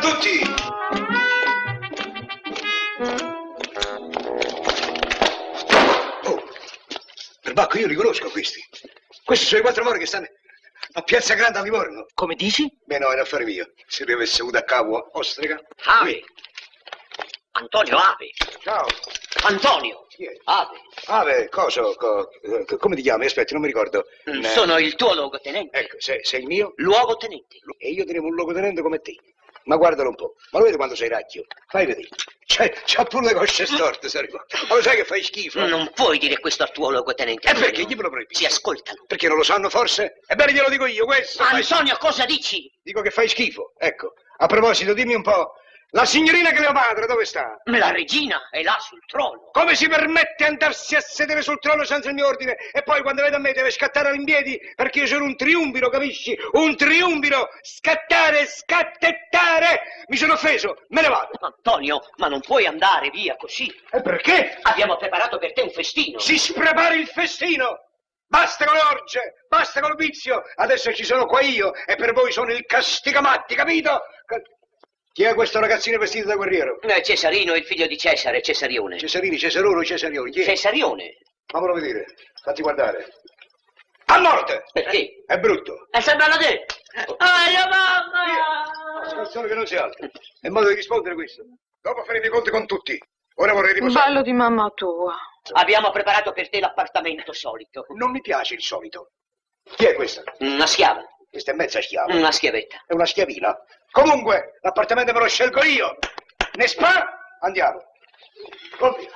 tutti! Oh, perbacco, io li conosco questi. Questi sono i 4 mori che stanno a Piazza Grande a Livorno. Come dici? Beh no, è un affare mio. Se li avesse avuto a capo, ostrega. Ave. Antonio Ave. Ciao. Antonio. Chi è? Ave. Ave, come ti chiami? Aspetti, non mi ricordo. Sono il tuo luogotenente. Ecco, sei il mio? Luogotenente. E io tenevo un luogotenente come te. Ma guardalo un po'. Ma lo vedi quando sei racchio? Fai vedere. C'ha pure le cosce storte, sai. Ma lo sai che fai schifo? Non puoi dire questo al tuo luogotenente. E perché? Gli me lo proibisci? Si ascoltano. Perché non lo sanno forse? Ebbene glielo dico io, questo. Antonio, cosa dici? Dico che fai schifo. Ecco. A proposito, dimmi un po'. La signorina Cleopatra dove sta? La regina è là sul trono. Come si permette andarsi a sedere sul trono senza il mio ordine? E poi quando vede a me deve scattare all'impiedi perché io sono un triumviro, capisci? Un triumviro! Scattare, scattettare! Mi sono offeso, me ne vado. Antonio, ma non puoi andare via così. E perché? Abbiamo preparato per te un festino. Si sprepari il festino! Basta con le orge, basta con il vizio. Adesso ci sono qua io e per voi sono il castigamatti, capito? Chi è questo ragazzino vestito da guerriero? Cesarino, il figlio di Cesare, Cesarione. Cesarini, Cesarone, Cesarione, chi è? Cesarione. Fammelo vedere, fatti guardare. A morte! Perché? È brutto. E sembrano te. Mia mamma! Scarsone che non si alza. È modo di rispondere questo. Dopo faremo i conti con tutti. Ora vorrei riposare. Bello di mamma tua. Abbiamo preparato per te l'appartamento solito. Non mi piace il solito. Chi è questa? Una schiava. Questa è mezza schiava. Una schiavetta. È una schiavina. Comunque, l'appartamento me lo scelgo io. Ne spa? Andiamo. Compri.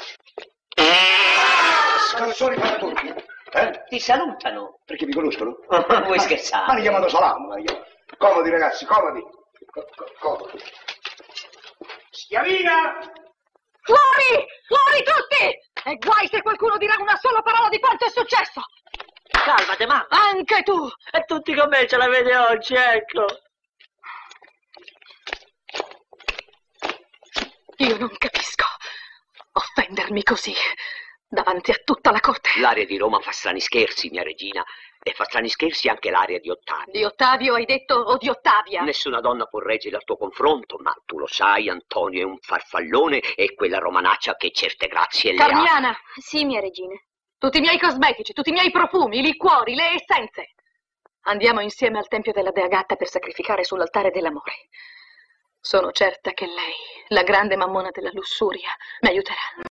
Scarsoni fanno tutti. Ti salutano. Perché mi conoscono? Vuoi scherzare? Ma li chiamano Salam. Ma li chiamano. Comodi ragazzi, comodi. Comodi. Schiavina! Fuori! Fuori tutti! E guai se qualcuno dirà una sola parola di quanto è successo! Calmate, ma. Anche tu! E tutti con me ce l'avete oggi, ecco. Io non capisco. Offendermi così, davanti a tutta la corte. L'aria di Roma fa strani scherzi, mia regina. E fa strani scherzi anche l'aria di Ottavio. Di Ottavio hai detto o di Ottavia? Nessuna donna può reggere al tuo confronto, ma tu lo sai, Antonio è un farfallone e quella romanaccia che certe grazie le ha. Carmiana! Sì, mia regina. Tutti i miei cosmetici, tutti i miei profumi, i liquori, le essenze. Andiamo insieme al tempio della Dea Gatta per sacrificare sull'altare dell'amore. Sono certa che lei, la grande mammona della lussuria, mi aiuterà.